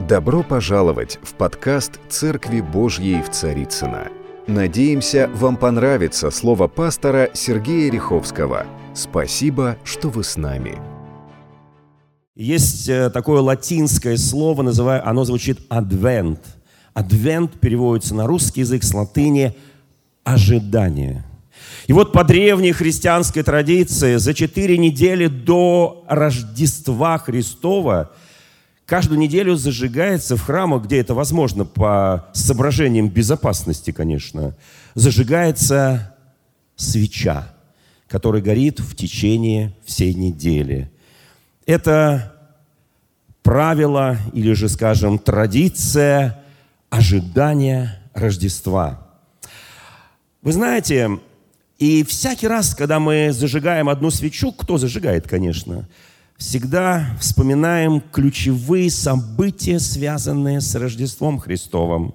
Добро пожаловать в подкаст «Церкви Божьей в Царицыно». Надеемся, вам понравится слово пастора Сергея Риховского. Спасибо, что вы с нами. Есть такое латинское слово, оно звучит «адвент». «Адвент» переводится на русский язык с латыни «ожидание». И вот по древней христианской традиции за 4 недели до Рождества Христова каждую неделю зажигается в храмах, где это возможно, по соображениям безопасности, конечно, зажигается свеча, которая горит в течение всей недели. Это правило или же, скажем, традиция ожидания Рождества. Вы знаете, и всякий раз, когда мы зажигаем одну свечу, кто зажигает, конечно, всегда вспоминаем ключевые события, связанные с Рождеством Христовым.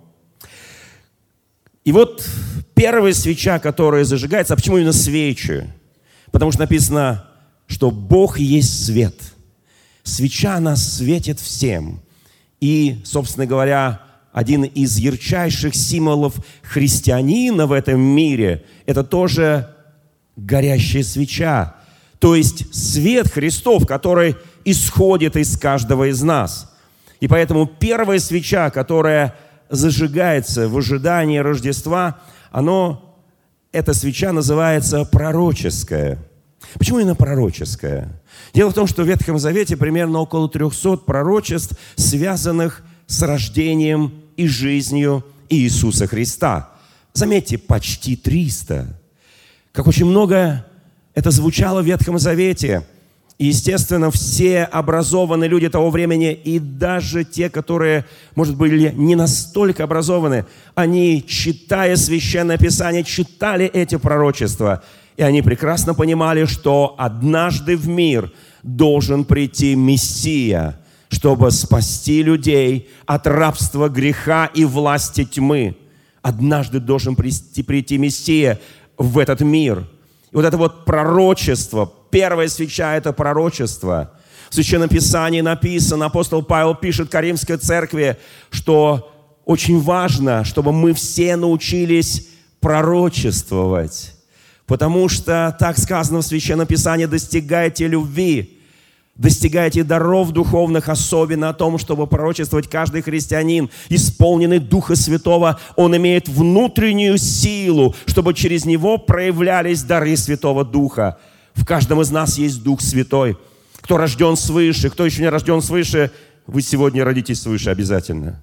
И вот первая свеча, которая зажигается, а почему именно свечи? Потому что написано, что Бог есть свет. Свеча, она светит всем. И, собственно говоря, один из ярчайших символов христианина в этом мире – это тоже горящая свеча. То есть свет Христов, который исходит из каждого из нас. И поэтому первая свеча, которая зажигается в ожидании Рождества, эта свеча называется пророческая. Почему именно пророческая? Дело в том, что в Ветхом Завете примерно около 300 пророчеств, связанных с рождением и жизнью Иисуса Христа. Заметьте, почти 300. Как очень много это звучало в Ветхом Завете. И, естественно, все образованные люди того времени, и даже те, которые, может, были не настолько образованы, они, читая Священное Писание, читали эти пророчества. И они прекрасно понимали, что однажды в мир должен прийти Мессия, чтобы спасти людей от рабства греха и власти тьмы. Однажды должен прийти Мессия в этот мир. И вот это вот пророчество, первая свеча – это пророчество. В Священном Писании написано, апостол Павел пишет Коринфской церкви, что очень важно, чтобы мы все научились пророчествовать. Потому что, так сказано в Священном Писании, достигайте любви, достигайте даров духовных, особенно о том, чтобы пророчествовать каждый христианин, исполненный Духа Святого, он имеет внутреннюю силу, чтобы через него проявлялись дары Святого Духа. В каждом из нас есть Дух Святой. Кто рожден свыше, кто еще не рожден свыше, вы сегодня родитесь свыше обязательно.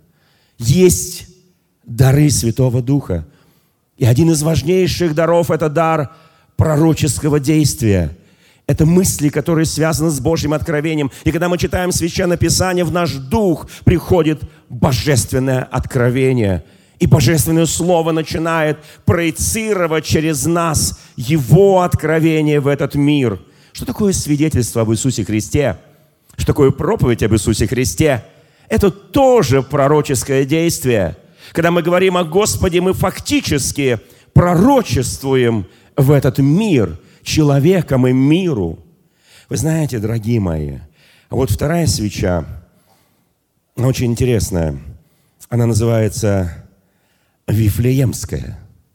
Есть дары Святого Духа. И один из важнейших даров – это дар пророческого действия. Это мысли, которые связаны с Божьим откровением. И когда мы читаем Священное Писание, в наш дух приходит божественное откровение. И божественное слово начинает проецировать через нас Его откровение в этот мир. Что такое свидетельство об Иисусе Христе? Что такое проповедь об Иисусе Христе? Это тоже пророческое действие. Когда мы говорим о Господе, мы фактически пророчествуем в этот мир человеком и миру. Вы знаете, дорогие мои, а вот вторая свеча, она очень интересная. Она называется Вифлеемская.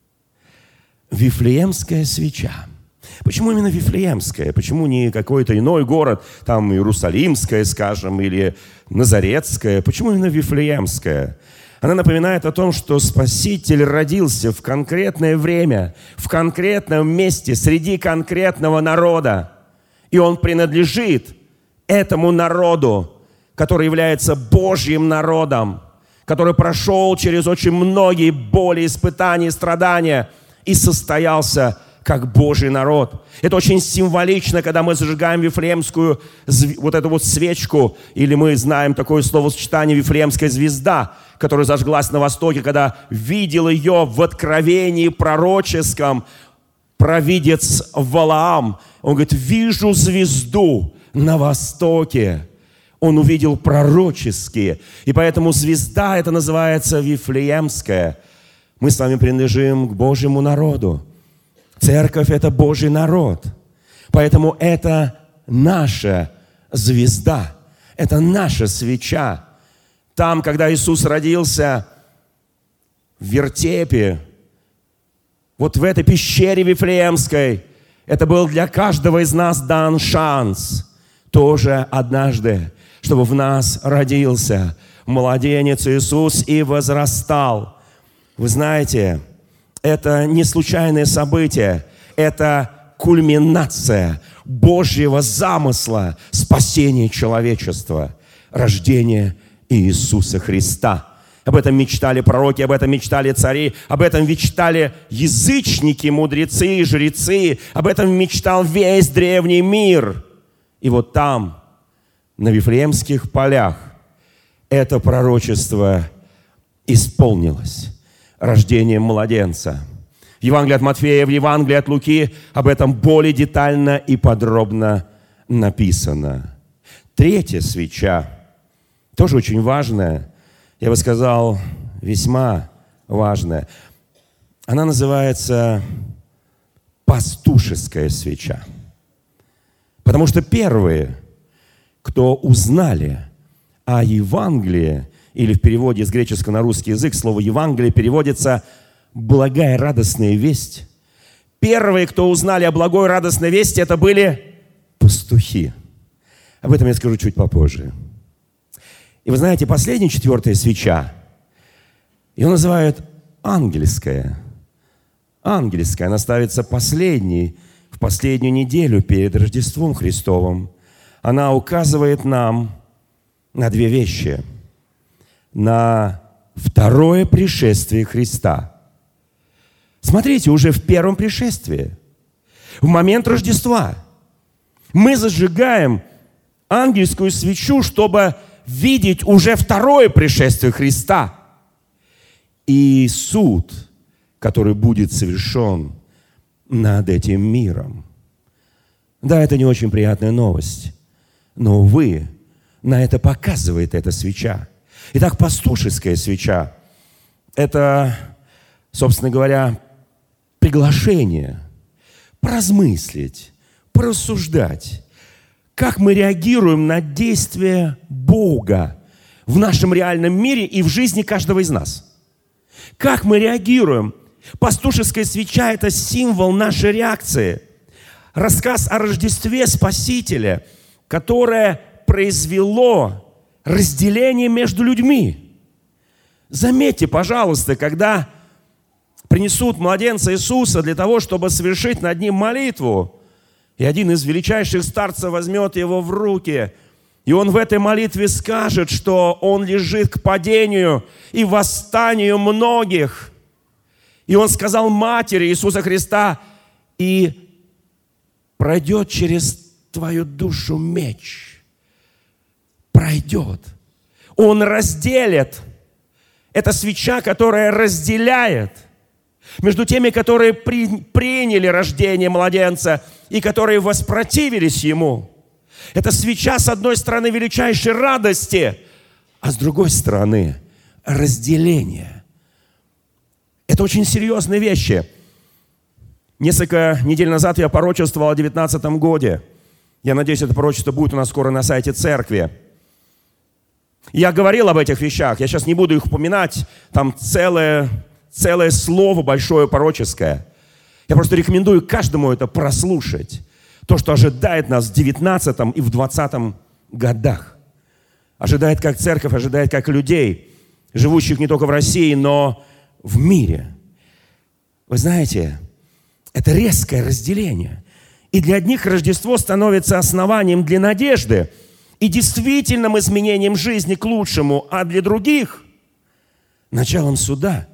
Вифлеемская свеча. Почему именно Вифлеемская? Почему не какой-то иной город, там Иерусалимская, скажем, или Назаретская? Почему именно Вифлеемская? Она напоминает о том, что Спаситель родился в конкретное время, в конкретном месте, среди конкретного народа. И Он принадлежит этому народу, который является Божьим народом, который прошел через очень многие боли, испытания, страдания и состоялся как Божий народ. Это очень символично, когда мы зажигаем вифлеемскую вот эту вот свечку, или мы знаем такое словосочетание «Вифлеемская звезда», которая зажглась на востоке, когда видел ее в откровении пророческом провидец Валаам. Он говорит: «Вижу звезду на востоке». Он увидел пророческие. И поэтому звезда это называется Вифлеемская. Мы с вами принадлежим к Божьему народу. Церковь – это Божий народ. Поэтому это наша звезда, это наша свеча. Там, когда Иисус родился в вертепе, вот в этой пещере Вифлеемской, это был для каждого из нас дан шанс тоже однажды, чтобы в нас родился младенец Иисус и возрастал. Вы знаете, это не случайное событие, это кульминация Божьего замысла спасения человечества, рождение Иисуса Христа. Об этом мечтали пророки, об этом мечтали цари, об этом мечтали язычники, мудрецы, жрецы, об этом мечтал весь древний мир. И вот там, на Вифлеемских полях, это пророчество исполнилось рождением младенца. В Евангелии от Матфея, в Евангелии от Луки об этом более детально и подробно написано. Третья свеча, тоже очень важная, я бы сказал, весьма важная. Она называется пастушеская свеча. Потому что первые, кто узнали о Евангелии, или в переводе с греческого на русский язык слово «Евангелие» переводится «благая радостная весть». Первые, кто узнали о благой радостной вести, это были пастухи. Об этом я скажу чуть попозже. И вы знаете, последняя, четвертая свеча, ее называют ангельская. Ангельская, она ставится последней, в последнюю неделю перед Рождеством Христовым. Она указывает нам на две вещи. На второе пришествие Христа. Смотрите, уже в первом пришествии, в момент Рождества, мы зажигаем ангельскую свечу, чтобы видеть уже второе пришествие Христа и суд, который будет совершен над этим миром. Да, это не очень приятная новость, но, увы, на это показывает эта свеча. Итак, пастушеская свеча – это, собственно говоря, приглашение поразмыслить, порассуждать, как мы реагируем на действия Бога в нашем реальном мире и в жизни каждого из нас. Как мы реагируем? Пастушеская свеча – это символ нашей реакции. Рассказ о Рождестве Спасителя, которое произвело разделение между людьми. Заметьте, пожалуйста, когда принесут младенца Иисуса для того, чтобы совершить над ним молитву, и один из величайших старцев возьмет его в руки, и он в этой молитве скажет, что он лежит к падению и восстанию многих. И он сказал матери Иисуса Христа: и пройдет через твою душу меч. Пройдет. Он разделит. Это свеча, которая разделяет между теми, которые приняли рождение младенца и которые воспротивились ему. Это свеча, с одной стороны, величайшей радости, а с другой стороны, разделения. Это очень серьезные вещи. Несколько недель назад я пророчествовал о 2019 году. Я надеюсь, это пророчество будет у нас скоро на сайте церкви. Я говорил об этих вещах, я сейчас не буду их упоминать, там целое слово большое пророческое. Я просто рекомендую каждому это прослушать. То, что ожидает нас в 19 и в 20 годах. Ожидает как церковь, ожидает как людей, живущих не только в России, но в мире. Вы знаете, это резкое разделение. И для одних Рождество становится основанием для надежды и действительным изменением жизни к лучшему, а для других – началом суда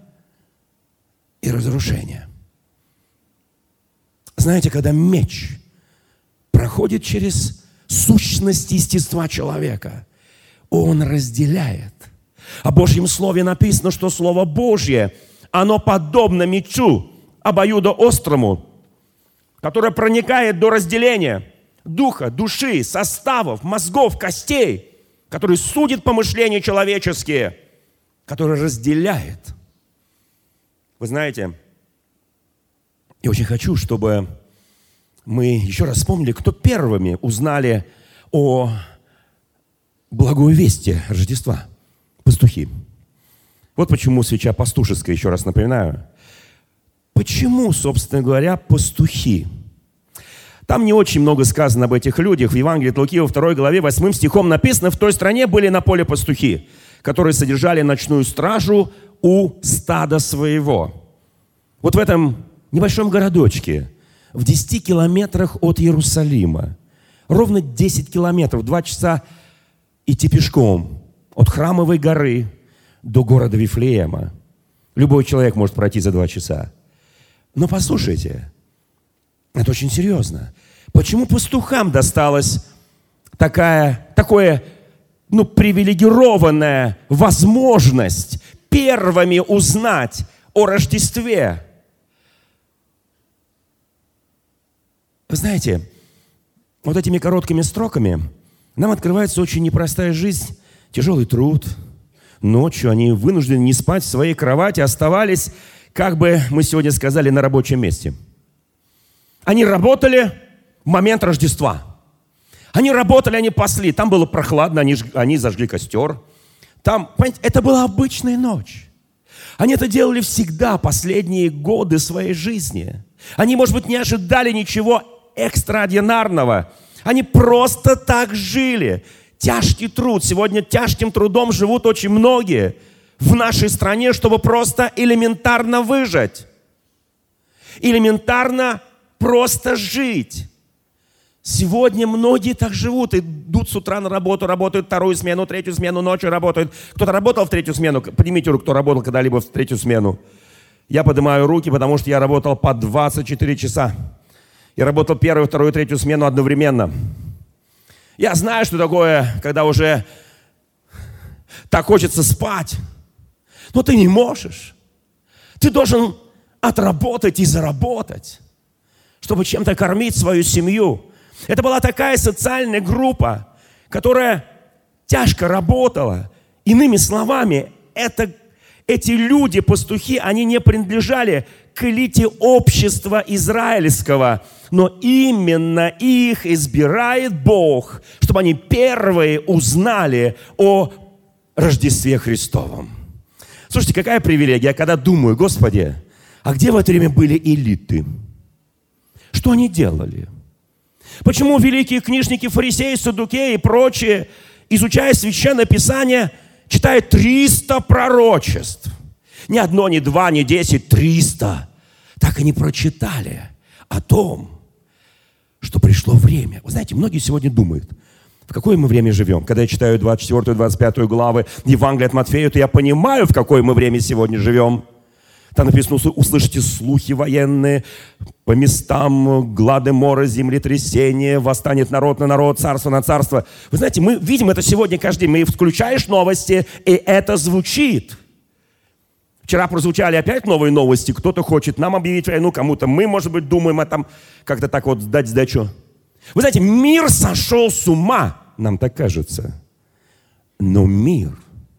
и разрушения. Знаете, когда меч проходит через сущность естества человека, он разделяет. О Божьем Слове написано, что Слово Божье, оно подобно мечу обоюдоострому, которое проникает до разделения духа, души, составов, мозгов, костей, который судит помышления человеческие, который разделяет. Вы знаете, я очень хочу, чтобы мы еще раз вспомнили, кто первыми узнали о благой вести Рождества. Пастухи. Вот почему свеча пастушеская, еще раз напоминаю. Почему, собственно говоря, пастухи? Там не очень много сказано об этих людях. В Евангелии от Луки во 2 главе 8 стихом написано: «В той стране были на поле пастухи, которые содержали ночную стражу у стада своего». Вот в этом небольшом городочке, в 10 километрах от Иерусалима, ровно 10 километров, 2 часа идти пешком от Храмовой горы до города Вифлеема. Любой человек может пройти за 2 часа. Но послушайте, это очень серьезно. Почему пастухам досталась такая привилегированная возможность первыми узнать о Рождестве? Вы знаете, вот этими короткими строками нам открывается очень непростая жизнь, тяжелый труд. Ночью они вынуждены не спать в своей кровати, оставались, как бы мы сегодня сказали, на рабочем месте. Они работали в момент Рождества. Они работали, они пасли. Там было прохладно, они зажгли костер. Там, понимаете, это была обычная ночь. Они это делали всегда, последние годы своей жизни. Они, может быть, не ожидали ничего экстраординарного. Они просто так жили. Тяжкий труд. Сегодня тяжким трудом живут очень многие в нашей стране, чтобы просто элементарно выжить. Элементарно просто жить. Сегодня многие так живут, идут с утра на работу, работают 2-ю смену, 3-ю смену, ночью работают. Кто-то работал в 3-ю смену? Поднимите руку, кто работал когда-либо в 3-ю смену. Я поднимаю руки, потому что я работал по 24 часа. Я работал 1-ю, 2-ю, 3-ю смену одновременно. Я знаю, что такое, когда уже так хочется спать. Но ты не можешь. Ты должен отработать и заработать, чтобы чем-то кормить свою семью. Это была такая социальная группа, которая тяжко работала. Иными словами, эти люди, пастухи, они не принадлежали к элите общества израильского, но именно их избирает Бог, чтобы они первые узнали о Рождестве Христовом. Слушайте, какая привилегия, когда думаю: Господи, а где в это время были элиты? Что они делали? Почему великие книжники, фарисеи, саддукеи и прочие, изучая Священное Писание, читают 300 пророчеств? Ни одно, ни два, ни 10, 300. Так и не прочитали о том, что пришло время. Вы знаете, многие сегодня думают, в какое мы время живем. Когда я читаю 24-25 главы Евангелия от Матфея, то я понимаю, в какое мы время сегодня живем. Там написано: услышите слухи военные, по местам глады, моры, землетрясения, восстанет народ на народ, царство на царство. Вы знаете, мы видим это сегодня каждый день. Мы включаешь новости, и это звучит. Вчера прозвучали опять новые новости. Кто-то хочет нам объявить войну, кому-то мы, может быть, думаем о том, как-то так вот дать сдачу. Вы знаете, мир сошел с ума, нам так кажется. Но мир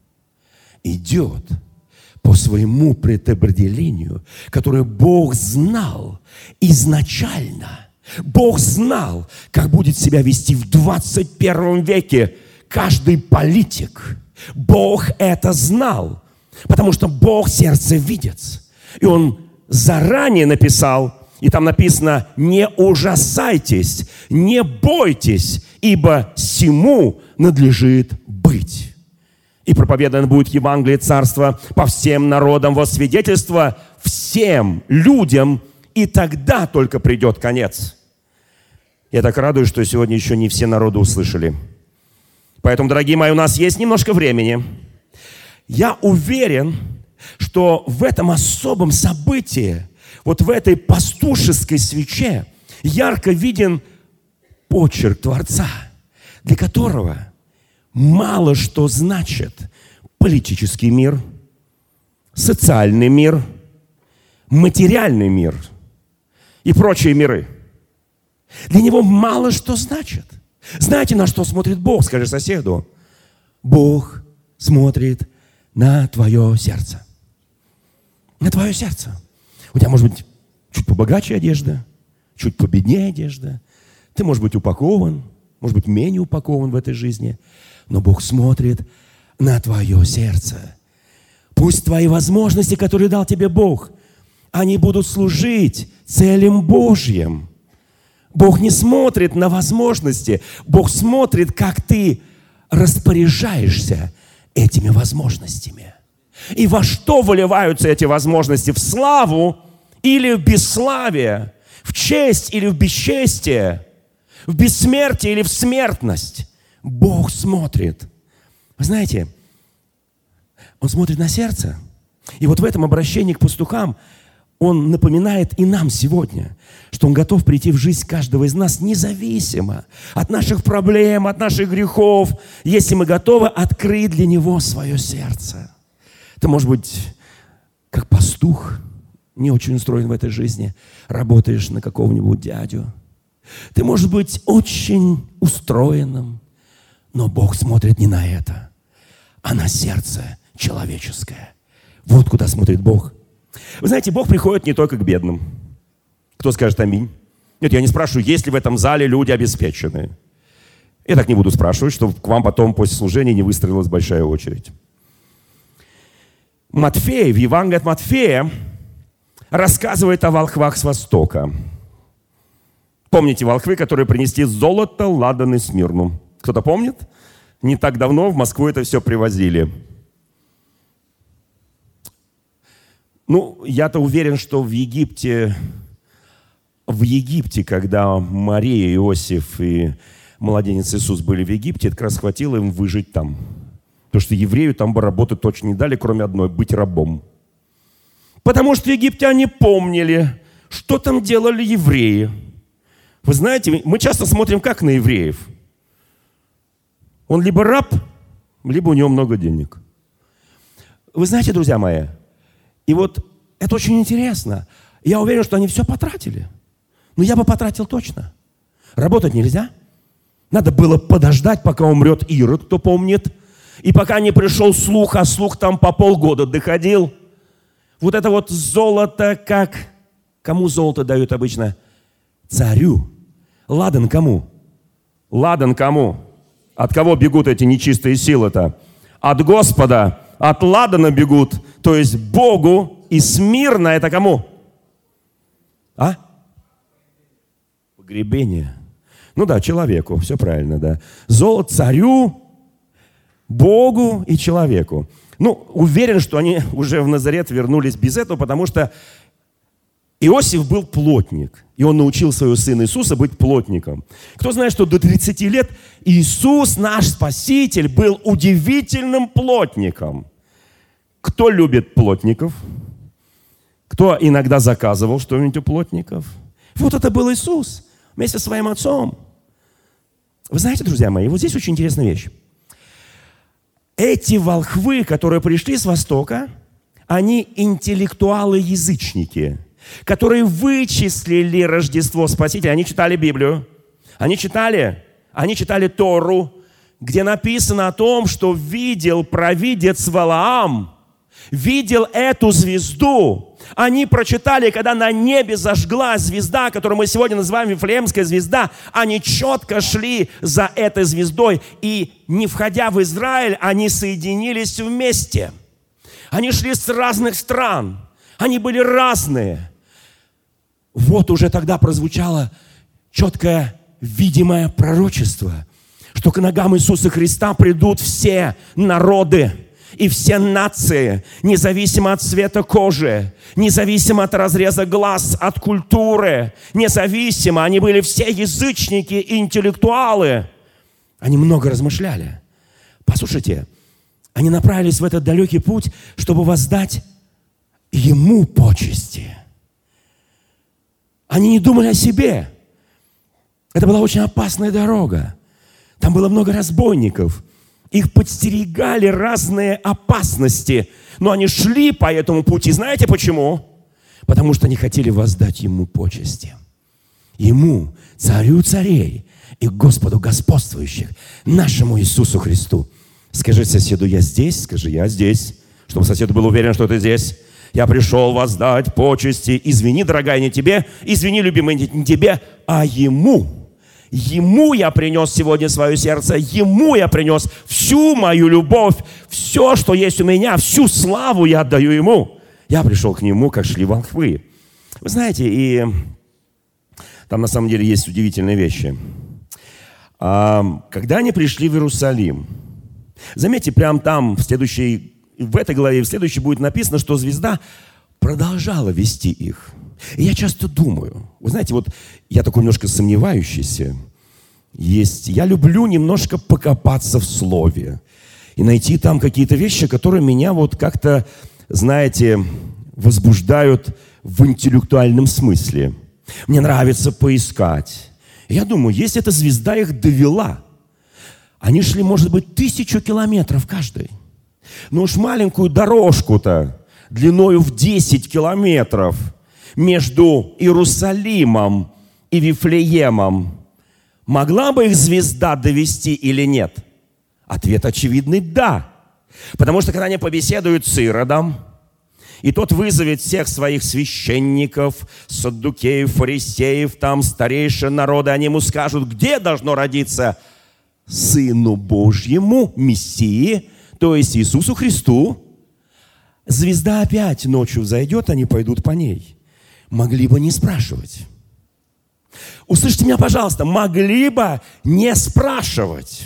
идет по своему предопределению, которое Бог знал изначально. Бог знал, как будет себя вести в 21 веке каждый политик. Бог это знал, потому что Бог сердцевидец. И Он заранее написал, и там написано: не ужасайтесь, не бойтесь, ибо сему надлежит быть. И проповедано будет Евангелие Царства по всем народам во свидетельство всем людям, и тогда только придет конец. Я так радуюсь, что сегодня еще не все народы услышали. Поэтому, дорогие мои, у нас есть немножко времени. Я уверен, что в этом особом событии, вот в этой пастушеской свече, ярко виден почерк Творца, для которого мало что значит политический мир, социальный мир, материальный мир и прочие миры. Для него мало что значит. Знаете, на что смотрит Бог? Скажи соседу: Бог смотрит на твое сердце. На твое сердце. У тебя может быть чуть побогаче одежда, чуть победнее одежда. Ты, может быть, упакован, может быть, менее упакован в этой жизни. Но Бог смотрит на твое сердце. Пусть твои возможности, которые дал тебе Бог, они будут служить целям Божьим. Бог не смотрит на возможности, Бог смотрит, как ты распоряжаешься этими возможностями. И во что выливаются эти возможности? В славу или в бесславие, в честь или в бесчестие, в бессмертие или в смертность. Бог смотрит. Вы знаете, Он смотрит на сердце. И вот в этом обращении к пастухам Он напоминает и нам сегодня, что Он готов прийти в жизнь каждого из нас независимо от наших проблем, от наших грехов, если мы готовы открыть для Него свое сердце. Ты, может быть, как пастух, не очень устроен в этой жизни, работаешь на какого-нибудь дядю. Ты, может быть, очень устроенным, но Бог смотрит не на это, а на сердце человеческое. Вот куда смотрит Бог. Вы знаете, Бог приходит не только к бедным. Кто скажет аминь? Нет, я не спрашиваю, есть ли в этом зале люди обеспеченные. Я так не буду спрашивать, чтобы к вам потом после служения не выстроилась большая очередь. Матфей, в Евангелии от Матфея, рассказывает о волхвах с Востока. Помните волхвы, которые принесли золото, ладан и смирну? Кто-то помнит? Не так давно в Москву это все привозили. Я-то уверен, что в Египте, когда Мария, Иосиф и младенец Иисус были в Египте, это как раз хватило им выжить там. Потому что еврею там бы работы точно не дали, кроме одной – быть рабом. Потому что египтяне помнили, что там делали евреи. Вы знаете, мы часто смотрим как на евреев. Он либо раб, либо у него много денег. Вы знаете, друзья мои, и вот это очень интересно. Я уверен, что они все потратили. Но я бы потратил точно. Работать нельзя. Надо было подождать, пока умрет Ирод, кто помнит. И пока не пришел слух, а слух там по полгода доходил. Вот это вот золото как... Кому золото дают обычно? Царю. Ладан кому? Ладан кому? От кого бегут эти нечистые силы-то? От Господа. От ладана бегут. То есть Богу. И смирно это кому? Погребение. Человеку. Все правильно, да. Золото царю, Богу и человеку. Уверен, что они уже в Назарет вернулись без этого, потому что Иосиф был плотник, и он научил своего сына Иисуса быть плотником. Кто знает, что до 30 лет Иисус, наш Спаситель, был удивительным плотником. Кто любит плотников? Кто иногда заказывал что-нибудь у плотников? Вот это был Иисус вместе со своим отцом. Вы знаете, друзья мои, вот здесь очень интересная вещь. Эти волхвы, которые пришли с Востока, они интеллектуалы-язычники, которые вычислили Рождество Спасителя. Они читали Библию, они читали Тору, где написано о том, что видел провидец Валаам, видел эту звезду. Они прочитали, когда на небе зажглась звезда, которую мы сегодня называем Вифлеемская звезда, они четко шли за этой звездой, и не входя в Израиль, они соединились вместе. Они шли с разных стран, они были разные. Вот уже тогда прозвучало четкое, видимое пророчество, что к ногам Иисуса Христа придут все народы и все нации, независимо от цвета кожи, независимо от разреза глаз, от культуры, независимо. Они были все язычники и интеллектуалы. Они много размышляли. Послушайте, они направились в этот далекий путь, чтобы воздать Ему почести. Они не думали о себе. Это была очень опасная дорога. Там было много разбойников. Их подстерегали разные опасности. Но они шли по этому пути. Знаете почему? Потому что они хотели воздать Ему почести. Ему, Царю царей и Господу господствующих, нашему Иисусу Христу. Скажи соседу: я здесь. Скажи: я здесь. Чтобы сосед был уверен, что ты здесь. Я пришел воздать почести. Извини, дорогая, не тебе. Извини, любимый, не тебе, а Ему. Ему я принес сегодня свое сердце, Ему я принес всю мою любовь, все, что есть у меня, всю славу я отдаю Ему. Я пришел к Нему, как шли волхвы. Вы знаете, и там на самом деле есть удивительные вещи. Когда они пришли в Иерусалим, заметьте, прямо там, в этой главе, в следующей будет написано, что звезда продолжала вести их. И я часто думаю, вы знаете, вот я такой немножко сомневающийся, я люблю немножко покопаться в Слове и найти там какие-то вещи, которые меня вот как-то, знаете, возбуждают в интеллектуальном смысле. Мне нравится поискать. И я думаю, если эта звезда их довела, они шли, может быть, 1000 километров каждый. Но уж маленькую дорожку-то длиною в 10 километров между Иерусалимом и Вифлеемом могла бы их звезда довести или нет? Ответ очевидный – да. Потому что когда они побеседуют с Иродом, и тот вызовет всех своих священников, саддукеев, фарисеев, там старейшин народа, они ему скажут, где должно родиться Сыну Божьему, Мессии, то есть Иисусу Христу. Звезда опять ночью взойдет, они пойдут по ней. Могли бы не спрашивать. Услышьте меня, пожалуйста, могли бы не спрашивать.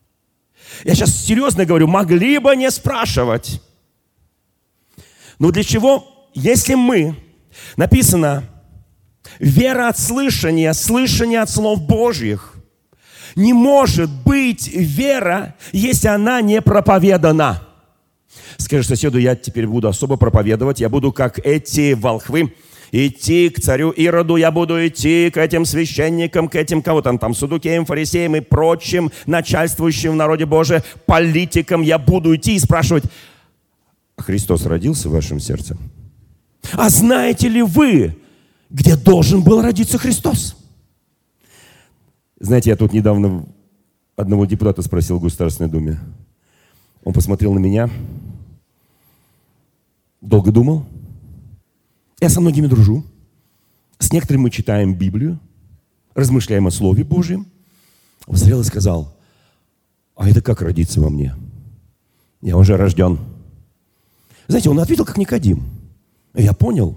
Я сейчас серьезно говорю, могли бы не спрашивать. Но для чего? Если написано, вера от слышания, слышание от слов Божьих, не может быть вера, если она не проповедана. Скажи соседу, я теперь буду особо проповедовать, я буду как эти волхвы, идти к царю Ироду, я буду идти к этим священникам, к этим кого там саддукеям, фарисеям и прочим начальствующим в народе Божьем, политикам, я буду идти и спрашивать, Христос родился в вашем сердце? А знаете ли вы, где должен был родиться Христос? Знаете, я тут недавно одного депутата спросил в Государственной Думе. Он посмотрел на меня, долго думал. Я со многими дружу. С некоторыми мы читаем Библию, размышляем о Слове Божьем. Он посмотрел и сказал, а это как родиться во мне? Я уже рожден. Знаете, он ответил как Никодим. И я понял,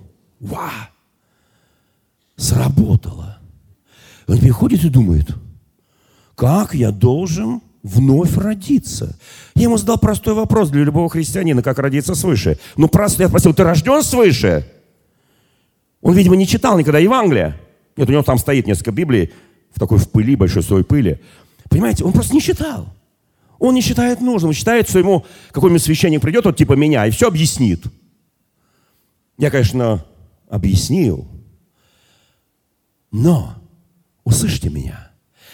сработало. Он приходит и думает, как я должен вновь родиться? Я ему задал простой вопрос для любого христианина, как родиться свыше. Просто я спросил, ты рожден свыше? Он, видимо, не читал никогда Евангелия. Нет, у него там стоит несколько Библий в пыли, большой слой пыли. Понимаете, он просто не читал. Он не считает нужным. Он считает, что ему какой-нибудь священник придет, вот типа меня, и все объяснит. Я, конечно, объяснил. Но, услышьте меня,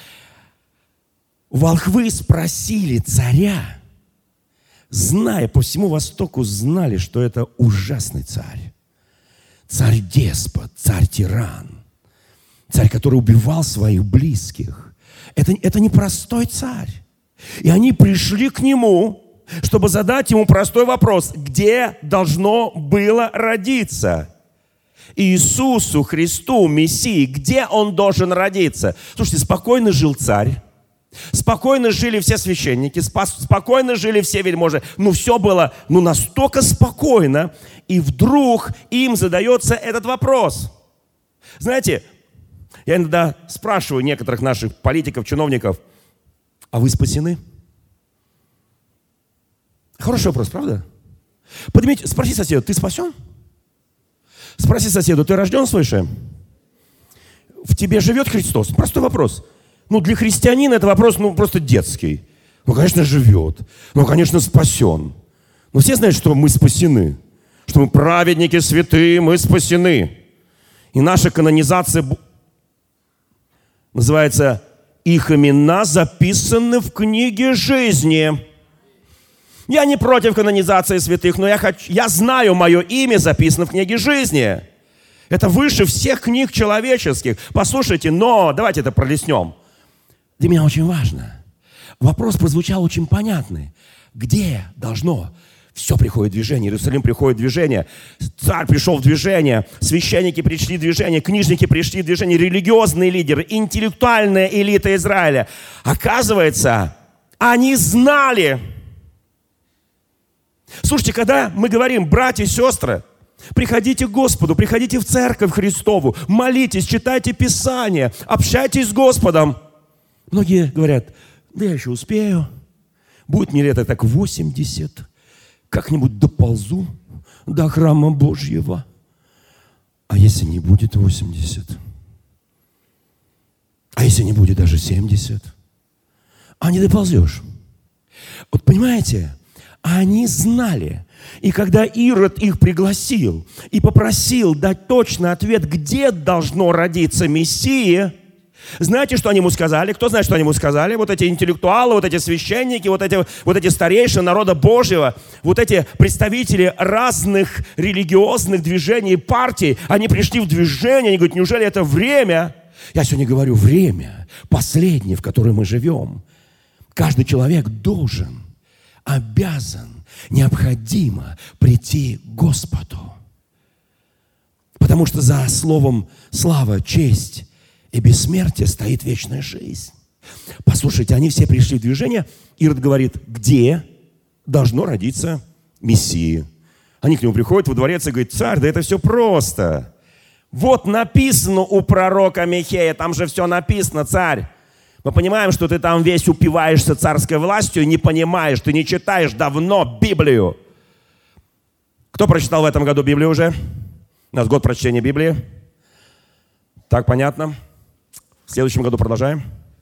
волхвы спросили царя, зная, по всему Востоку знали, что это ужасный царь. Царь-деспот, царь-тиран, царь, который убивал своих близких. Это не простой царь. И они пришли к нему, чтобы задать ему простой вопрос. Где должно было родиться Иисусу Христу, Мессии? Где он должен родиться? Слушайте, спокойно жил царь. Спокойно жили все священники, спокойно жили все вельможи. Все было настолько спокойно. И вдруг им задается этот вопрос. Знаете, я иногда спрашиваю некоторых наших политиков, чиновников, а вы спасены? Хороший вопрос, правда? Поднимите, спроси соседа, ты спасен? Спроси соседу, ты рожден свыше? В тебе живет Христос? Простой вопрос. Для христианина это вопрос, просто детский. Конечно, живет. Конечно, спасен. Но все знают, что мы спасены. Что мы праведники, святые, мы спасены. И наша канонизация называется «Их имена записаны в книге жизни». Я не против канонизации святых, но я знаю, мое имя записано в книге жизни. Это выше всех книг человеческих. Послушайте, но давайте это пролистнем. Для меня очень важно. Вопрос прозвучал очень понятный. Где должно Все приходит в движение, Иерусалим приходит в движение, царь пришел в движение, священники пришли в движение, книжники пришли в движение, религиозные лидеры, интеллектуальная элита Израиля. Оказывается, они знали. Слушайте, когда мы говорим, братья и сестры, приходите к Господу, приходите в церковь Христову, молитесь, читайте Писание, общайтесь с Господом. Многие говорят, да я еще успею, будет мне лет так 80, как-нибудь доползу до храма Божьего. А если не будет 80? А если не будет даже 70? А не доползешь. Вот понимаете, они знали. И когда Ирод их пригласил и попросил дать точный ответ, где должно родиться Мессия, знаете, что они ему сказали? Кто знает, что они ему сказали? Вот эти интеллектуалы, вот эти священники, вот эти старейшины народа Божьего, вот эти представители разных религиозных движений и партий, они пришли в движение, они говорят, неужели это время? Я сегодня говорю, время последнее, в котором мы живем. Каждый человек должен, обязан, необходимо прийти к Господу. Потому что за словом слава, честь и бессмертие стоит вечная жизнь. Послушайте, они все пришли в движение. Ирод говорит, где должно родиться Мессия? Они к нему приходят во дворец и говорят, царь, да это все просто. Вот написано у пророка Михея, там же все написано, царь. Мы понимаем, что ты там весь упиваешься царской властью и не понимаешь, ты не читаешь давно Библию. Кто прочитал в этом году Библию уже? У нас год прочтения Библии. Так, понятно? В следующем году продолжаем.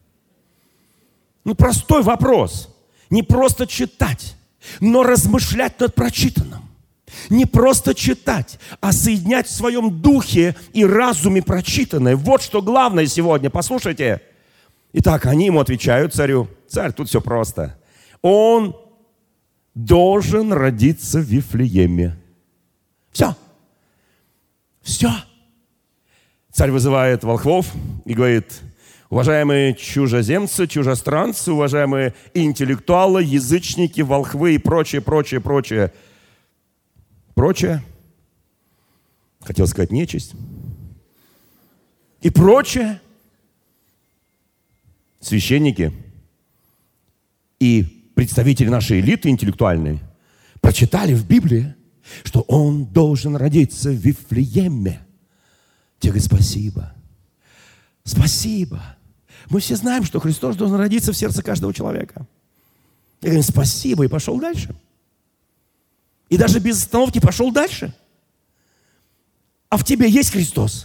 Простой вопрос. Не просто читать, но размышлять над прочитанным. Не просто читать, а соединять в своем духе и разуме прочитанное. Вот что главное сегодня. Послушайте. Итак, они ему отвечают, царю, царь, тут все просто. Он должен родиться в Вифлееме. Все. Все. Царь вызывает волхвов и говорит, уважаемые чужеземцы, чужестранцы, уважаемые интеллектуалы, язычники, волхвы и прочее. Хотел сказать нечисть. И прочее. Священники и представители нашей элиты интеллектуальной прочитали в Библии, что он должен родиться в Вифлееме. Тебе говорят, спасибо. Спасибо. Мы все знаем, что Христос должен родиться в сердце каждого человека. Я говорю, спасибо, и пошел дальше. И даже без остановки пошел дальше. А в тебе есть Христос.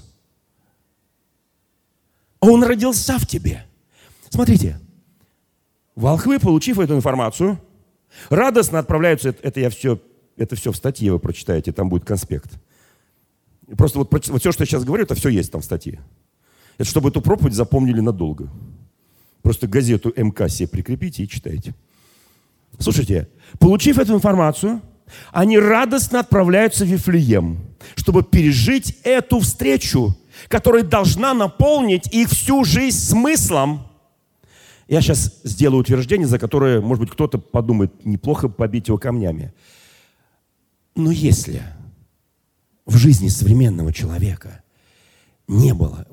А Он родился в тебе. Смотрите, волхвы, получив эту информацию, радостно отправляются, это все в статье вы прочитаете, там будет конспект. Просто вот все, что я сейчас говорю, это все есть там в статье. Это чтобы эту проповедь запомнили надолго. Просто газету МК себе прикрепите и читайте. Слушайте, получив эту информацию, они радостно отправляются в Вифлеем, чтобы пережить эту встречу, которая должна наполнить их всю жизнь смыслом. Я сейчас сделаю утверждение, за которое, может быть, кто-то подумает, неплохо побить его камнями. Но если в жизни современного человека не было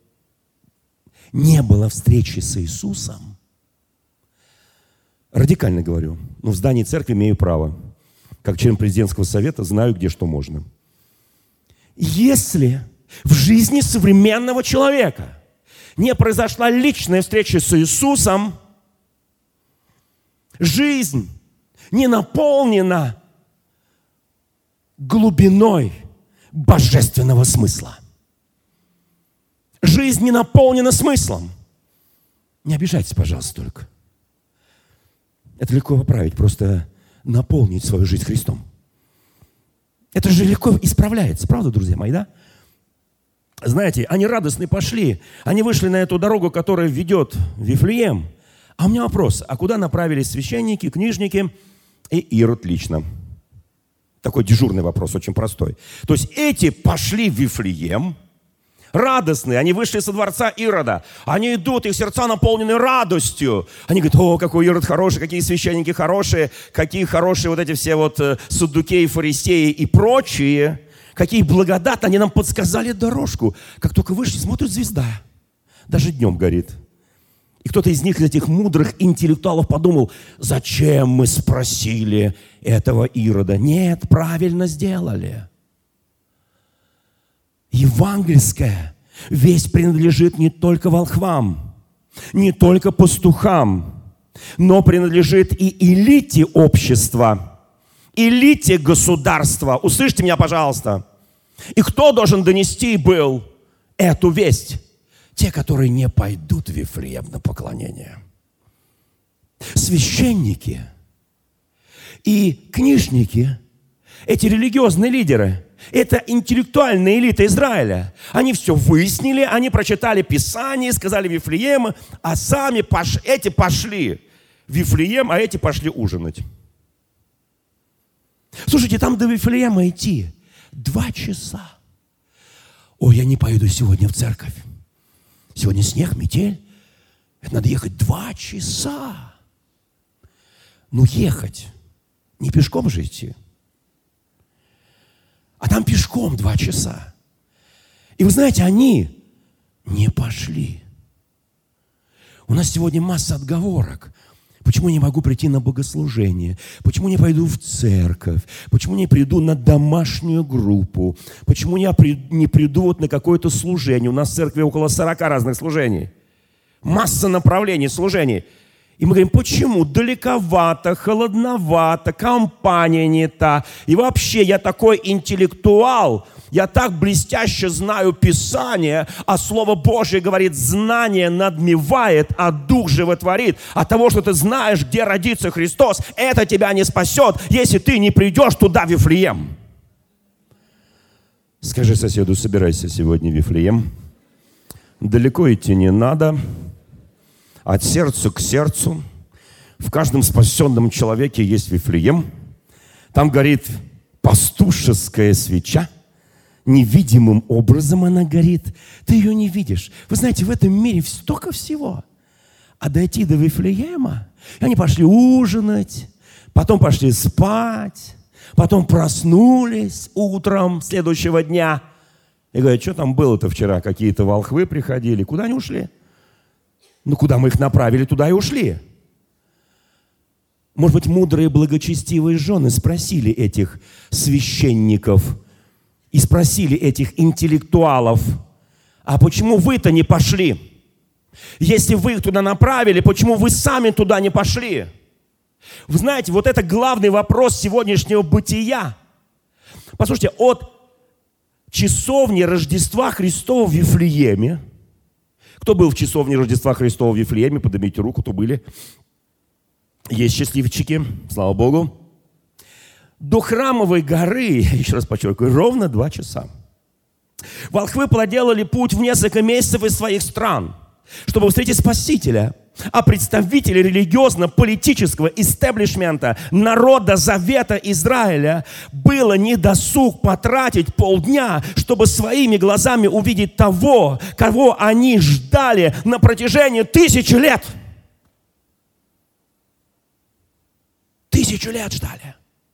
встречи с Иисусом, радикально говорю, но в здании церкви имею право, как член президентского совета, знаю, где что можно. Если в жизни современного человека не произошла личная встреча с Иисусом, жизнь не наполнена глубиной божественного смысла. Жизнь не наполнена смыслом. Не обижайтесь, пожалуйста, только. Это легко поправить, просто наполнить свою жизнь Христом. Это же легко исправляется, правда, друзья мои, да? Знаете, они радостно пошли. Они вышли на эту дорогу, которая ведет в Вифлеем. А у меня вопрос. А куда направились священники, книжники и Ирод лично? Такой дежурный вопрос, очень простой. То есть эти пошли в Вифлеем, радостные. Они вышли со дворца Ирода. Они идут, их сердца наполнены радостью. Они говорят: о, какой Ирод хороший, какие священники хорошие, какие хорошие вот эти все вот саддукеи, фарисеи и прочие. Какие благодатные. Они нам подсказали дорожку. Как только вышли, смотрят, звезда. Даже днем горит. И кто-то из них, из этих мудрых интеллектуалов, подумал: зачем мы спросили этого Ирода? Нет, правильно сделали. Евангельская весть принадлежит не только волхвам, не только пастухам, но принадлежит и элите общества, элите государства. Услышьте меня, пожалуйста. И кто должен донести был эту весть? Те, которые не пойдут в Вифлеем на поклонение. Священники и книжники, эти религиозные лидеры, это интеллектуальная элита Израиля. Они все выяснили, они прочитали Писание, сказали Вифлеем, а сами эти пошли в Вифлеем, а эти пошли ужинать. Слушайте, там до Вифлеема идти 2 часа. Ой, я не пойду сегодня в церковь. Сегодня снег, метель. Это надо ехать 2 часа. Ну, ехать. Не пешком же идти. А там пешком 2 часа. И вы знаете, они не пошли. У нас сегодня масса отговорок. Почему я не могу прийти на богослужение? Почему не пойду в церковь? Почему не приду на домашнюю группу? Почему я не приду вот на какое-то служение? У нас в церкви около 40 разных служений. Масса направлений служений. И мы говорим: почему? Далековато, холодновато, компания не та. И вообще я такой интеллектуал, я так блестяще знаю Писание, а Слово Божье говорит: знание надмевает, а Дух животворит. От того, что ты знаешь, где родится Христос, это тебя не спасет, если ты не придешь туда, в Вифлеем. Скажи соседу: собирайся сегодня в Вифлеем. Далеко идти не надо. От сердца к сердцу. В каждом спасенном человеке есть Вифлеем. Там горит пастушеская свеча. Невидимым образом она горит. Ты ее не видишь. Вы знаете, в этом мире столько всего. А дойти до Вифлеема... И они пошли ужинать, потом пошли спать, потом проснулись утром следующего дня. И говорят: что там было-то вчера? Какие-то волхвы приходили. Куда они ушли? Ну, куда мы их направили, туда и ушли. Может быть, мудрые, благочестивые жены спросили этих священников и спросили этих интеллектуалов: а почему вы-то не пошли? Если вы их туда направили, почему вы сами туда не пошли? Вы знаете, вот это главный вопрос сегодняшнего бытия. Послушайте, от часовни Рождества Христова в Вифлееме. Кто был в часовне Рождества Христова в Вифлееме? Поднимите руку, кто были. Есть счастливчики, слава Богу. До Храмовой горы, еще раз подчеркиваю, ровно 2 часа. Волхвы проделали путь в несколько месяцев из своих стран, чтобы встретить Спасителя. А представители религиозно-политического истеблишмента народа Завета Израиля было недосуг потратить полдня, чтобы своими глазами увидеть того, кого они ждали на протяжении 1000 лет. 1000 лет ждали.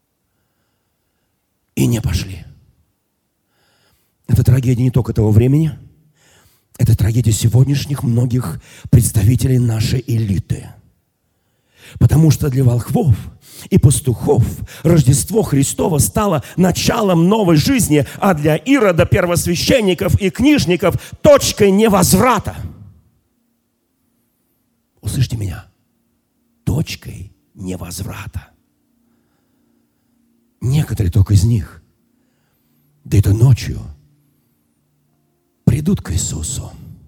И не пошли. Это трагедия не только того времени. Это трагедия сегодняшних многих представителей нашей элиты. Потому что для волхвов и пастухов Рождество Христово стало началом новой жизни, а для Ирода, первосвященников и книжников точкой невозврата. Услышьте меня. Точкой невозврата. Некоторые только из них, да это ночью, придут к Иисусу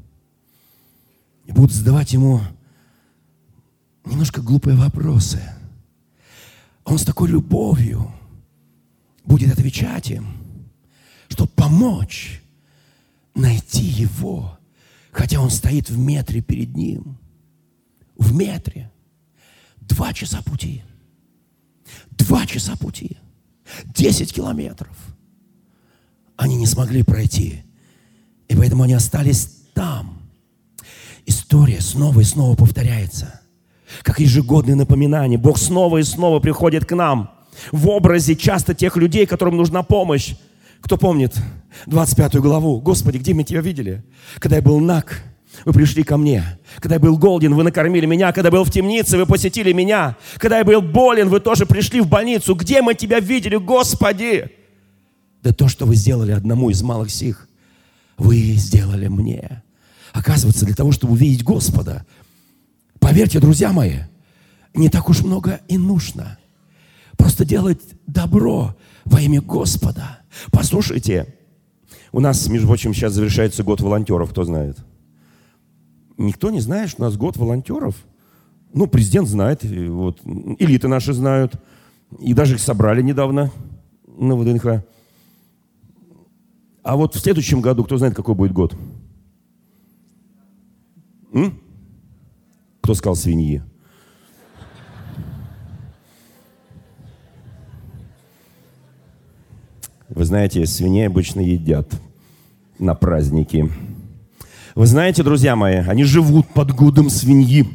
и будут задавать Ему немножко глупые вопросы. Он с такой любовью будет отвечать им, чтобы помочь найти Его, хотя Он стоит в метре перед ним. В метре. 2 часа пути. 2 часа пути. 10 километров. Они не смогли пройти, И поэтому они остались там. История снова и снова повторяется. Как ежегодное напоминание. Бог снова и снова приходит к нам в образе часто тех людей, которым нужна помощь. Кто помнит 25 главу? Господи, где мы Тебя видели? Когда я был наг, Вы пришли ко мне. Когда я был голоден, вы накормили меня. Когда я был в темнице, вы посетили меня. Когда я был болен, вы тоже пришли в больницу. Где мы Тебя видели, Господи? Да то, что вы сделали одному из малых сих, вы сделали мне. Оказывается, для того, чтобы увидеть Господа, поверьте, друзья мои, не так уж много и нужно. Просто делать добро во имя Господа. Послушайте, у нас, между прочим, сейчас завершается год волонтеров, кто знает? Никто не знает, что у нас год волонтеров? Ну, президент знает, вот, элиты наши знают, и даже их собрали недавно на ВДНХ. А вот в следующем году, кто знает, какой будет год? Кто сказал свиньи? Вы знаете, свиней обычно едят на праздники. Вы знаете, друзья мои, они живут под годом свиньи.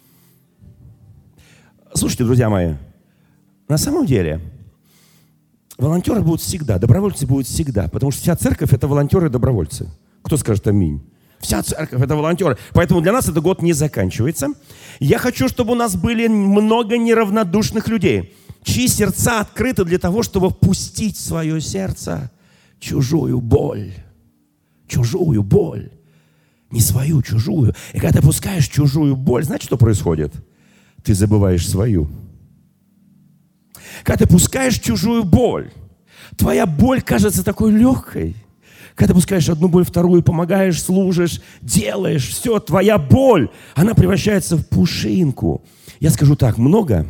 Слушайте, друзья мои, на самом деле волонтеры будут всегда, добровольцы будут всегда, потому что вся церковь – это волонтеры и добровольцы. Кто скажет аминь? Вся церковь – это волонтеры. Поэтому для нас этот год не заканчивается. Я хочу, чтобы у нас были много неравнодушных людей, чьи сердца открыты для того, чтобы впустить в свое сердце чужую боль. Чужую боль. Не свою, чужую. И когда ты пускаешь чужую боль, знаете, что происходит? Ты забываешь свою. Когда ты пускаешь чужую боль, твоя боль кажется такой легкой. Когда ты пускаешь одну боль, вторую, помогаешь, служишь, делаешь, все, твоя боль, она превращается в пушинку. Я скажу так, много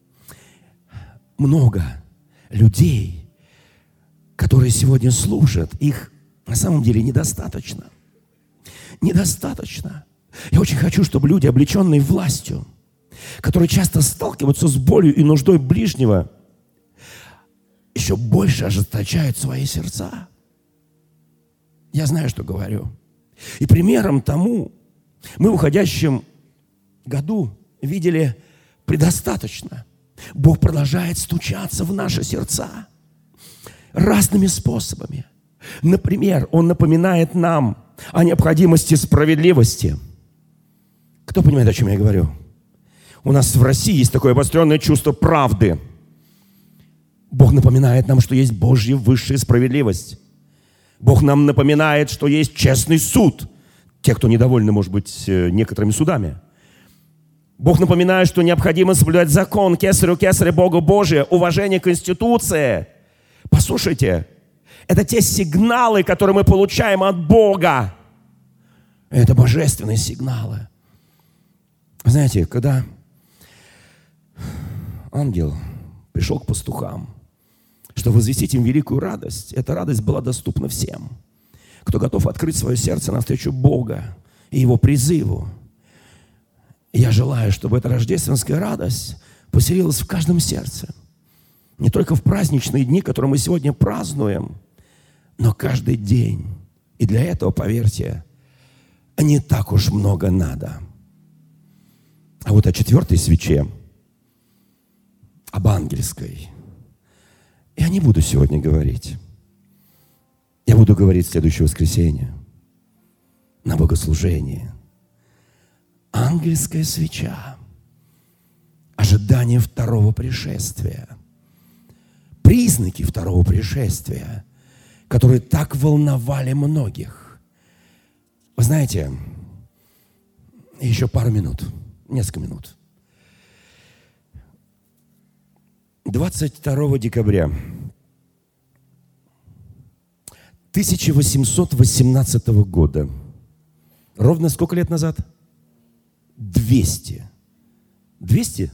людей, которые сегодня служат, их на самом деле недостаточно. Недостаточно. Я очень хочу, чтобы люди, облеченные властью, которые часто сталкиваются с болью и нуждой ближнего, еще больше ожесточают свои сердца. Я знаю, что говорю. И примером тому мы в уходящем году видели предостаточно. Бог продолжает стучаться в наши сердца разными способами. Например, Он напоминает нам о необходимости справедливости. Кто понимает, о чем я говорю? У нас в России есть такое обостренное чувство правды. Бог напоминает нам, что есть Божья высшая справедливость. Бог нам напоминает, что есть честный суд. Те, кто недовольны, может быть, некоторыми судами. Бог напоминает, что необходимо соблюдать закон, кесарю кесаря, Богу Божие, уважение к Конституции. Послушайте, это те сигналы, которые мы получаем от Бога. Это божественные сигналы. Знаете, когда ангел пришел к пастухам, чтобы возвестить им великую радость, эта радость была доступна всем, кто готов открыть свое сердце навстречу Бога и Его призыву. И я желаю, чтобы эта рождественская радость поселилась в каждом сердце. Не только в праздничные дни, которые мы сегодня празднуем, но каждый день. И для этого, поверьте, не так уж много надо. А вот о 4-й свече, об ангельской, я не буду сегодня говорить. Я буду говорить в следующее воскресенье на богослужении. Ангельская свеча. Ожидание второго пришествия. Признаки второго пришествия, которые так волновали многих. Вы знаете, еще пару минут, несколько минут. 22 декабря 1818 года, ровно сколько лет назад? 200. 200?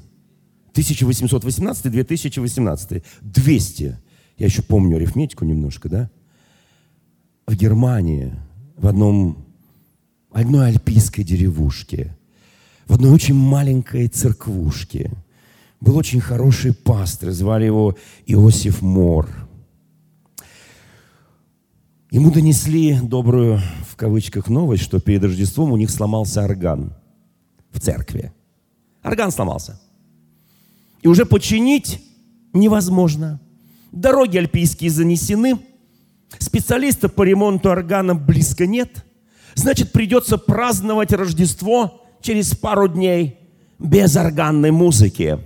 1818-2018. 200. Я еще помню арифметику немножко, да? В Германии, в одной альпийской деревушке, в одной очень маленькой церквушке был очень хороший пастырь, звали его Иосиф Мор. Ему донесли добрую, в кавычках, новость, что перед Рождеством у них сломался орган в церкви. Орган сломался. И уже починить невозможно. Дороги альпийские занесены. Специалиста по ремонту органа близко нет. Значит, придется праздновать Рождество через пару дней без органной музыки.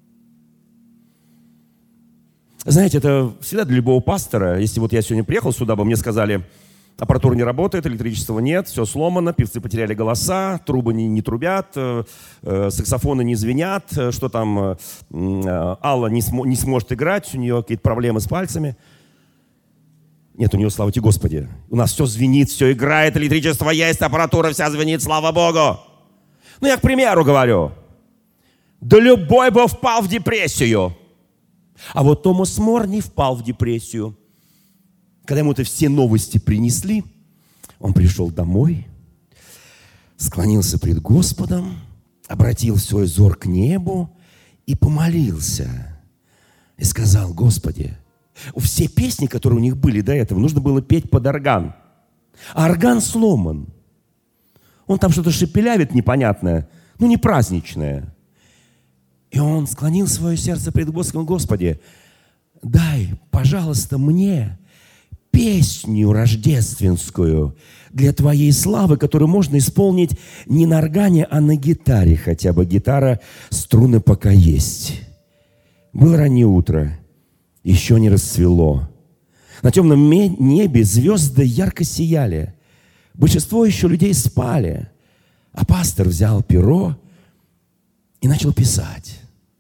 Знаете, это всегда для любого пастора. Если вот я сегодня приехал сюда, бы мне сказали, аппаратура не работает, электричества нет, все сломано, певцы потеряли голоса, трубы не трубят, саксофоны не звенят, что там Алла не сможет играть, у нее какие-то проблемы с пальцами. Нет, у нее, слава тебе, Господи. У нас все звенит, все играет, электричество есть, аппаратура вся звенит, слава Богу. Ну, я к примеру говорю. Да любой бы впал в депрессию. А вот Томас Мор не впал в депрессию. Когда ему это все новости принесли, он пришел домой, склонился пред Господом, обратил свой взор к небу и помолился. И сказал: Господи, все песни, которые у них были до этого, нужно было петь под орган. А орган сломан. Он там что-то шепелявит непонятное, не праздничное. И он склонил свое сердце пред Господом: Господи, дай, пожалуйста, мне песню рождественскую для Твоей славы, которую можно исполнить не на органе, а на гитаре хотя бы. Гитара, струны пока есть. Было раннее утро, еще не расцвело. На темном небе звезды ярко сияли. Большинство еще людей спали. А пастор взял перо и начал писать.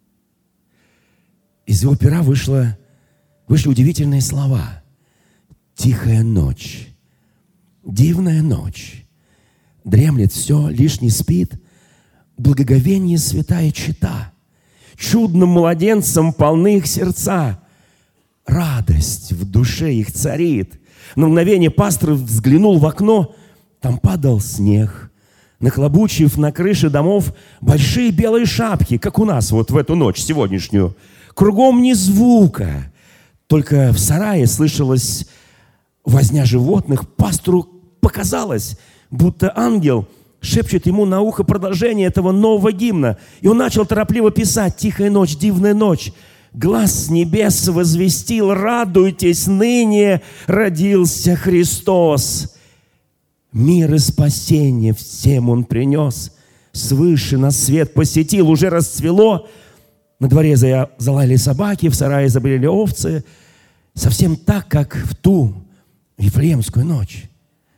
Из его пера вышли удивительные слова. Тихая ночь, дивная ночь, дремлет все, лишь не спит, благоговение святая чета, чудным младенцам полны их сердца, радость в душе их царит. На мгновение пастор взглянул в окно, там падал снег, нахлобучив на крыше домов большие белые шапки, как у нас вот в эту ночь сегодняшнюю. Кругом ни звука, только в сарае слышалась возня животных. Пастору показалось, будто ангел шепчет ему на ухо продолжение этого нового гимна. И он начал торопливо писать: «Тихая ночь, дивная ночь, глас с небес возвестил, радуйтесь, ныне родился Христос. Мир и спасение всем Он принес, свыше нас свет посетил, уже расцвело. На дворе залаяли собаки, в сарае забрели овцы, совсем так, как в ту Вифлеемскую ночь».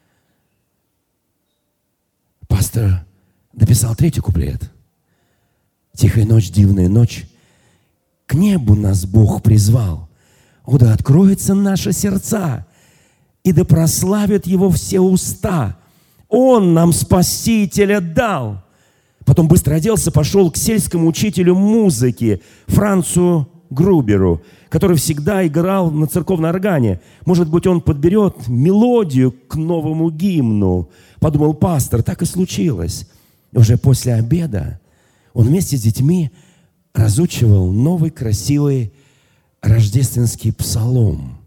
Пастор дописал третий куплет. «Тихая ночь, дивная ночь, к небу нас Бог призвал. О, да откроются наши сердца, и да прославят Его все уста. Он нам Спасителя дал». Потом быстро оделся, пошел к сельскому учителю музыки Францу Груберу, который всегда играл на церковном органе. Может быть, он подберет мелодию к новому гимну. Подумал пастор, так и случилось. Уже после обеда он вместе с детьми разучивал новый красивый рождественский псалом.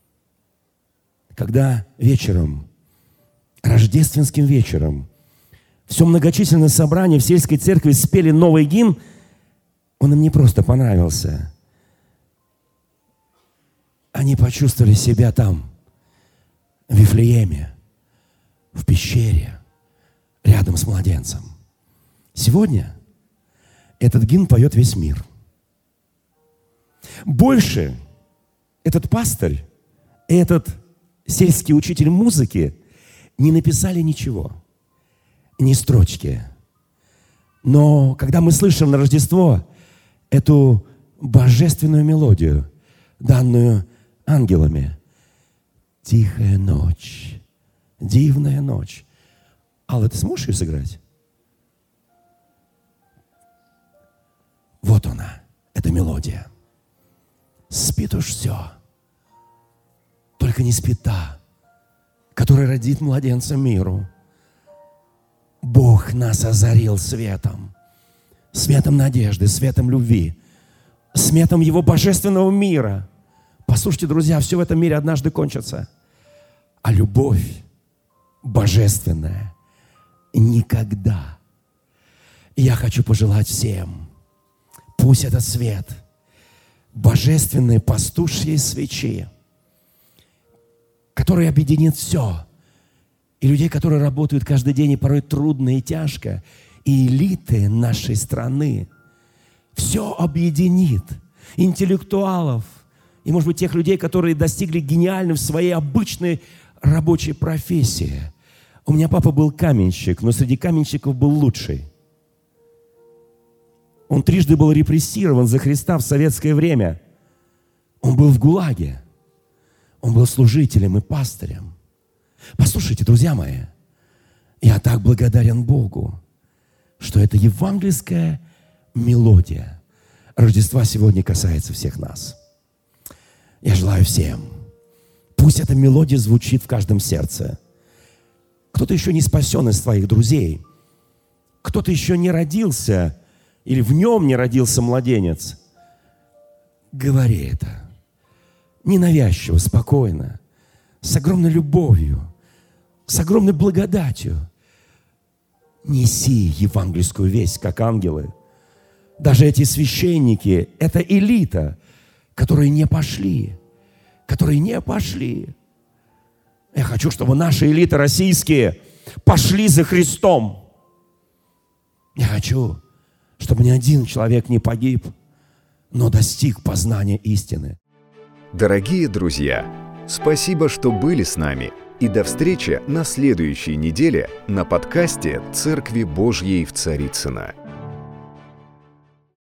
Когда вечером, рождественским вечером, все многочисленное собрание в сельской церкви спели новый гимн, он им не просто понравился. Они почувствовали себя там, в Вифлееме, в пещере, рядом с младенцем. Сегодня этот гимн поет весь мир. Больше этот пастырь, этот сельский учитель музыки не написали ничего. Ни строчки. Но когда мы слышим на Рождество эту божественную мелодию, данную ангелами, тихая ночь, дивная ночь. Алла, ты сможешь ее сыграть? Вот она, эта мелодия. Спит уж все. Только не спит та, которая родит младенца миру. Бог нас озарил светом, светом надежды, светом любви, светом Его божественного мира. Послушайте, друзья, все в этом мире однажды кончится. А любовь божественная никогда. Я хочу пожелать всем, пусть этот свет божественной пастушьей свечи, который объединит все, и людей, которые работают каждый день, и порой трудно и тяжко, и элиты нашей страны, все объединит. Интеллектуалов, и, может быть, тех людей, которые достигли гениальной в своей обычной рабочей профессии. У меня папа был каменщик, но среди каменщиков был лучший. Он трижды был репрессирован за Христа в советское время. Он был в ГУЛАГе. Он был служителем и пастырем. Послушайте, друзья мои, я так благодарен Богу, что эта евангельская мелодия Рождества сегодня касается всех нас. Я желаю всем, пусть эта мелодия звучит в каждом сердце. Кто-то еще не спасен из твоих друзей, кто-то еще не родился, или в нем не родился младенец. Говори это ненавязчиво, спокойно, с огромной любовью, с огромной благодатью. Неси евангельскую весть, как ангелы. Даже эти священники, это элита, которые не пошли. Я хочу, чтобы наши элиты российские пошли за Христом. Я хочу, чтобы ни один человек не погиб, но достиг познания истины. Дорогие друзья, спасибо, что были с нами. И до встречи на следующей неделе на подкасте «Церкви Божьей в Царицыно».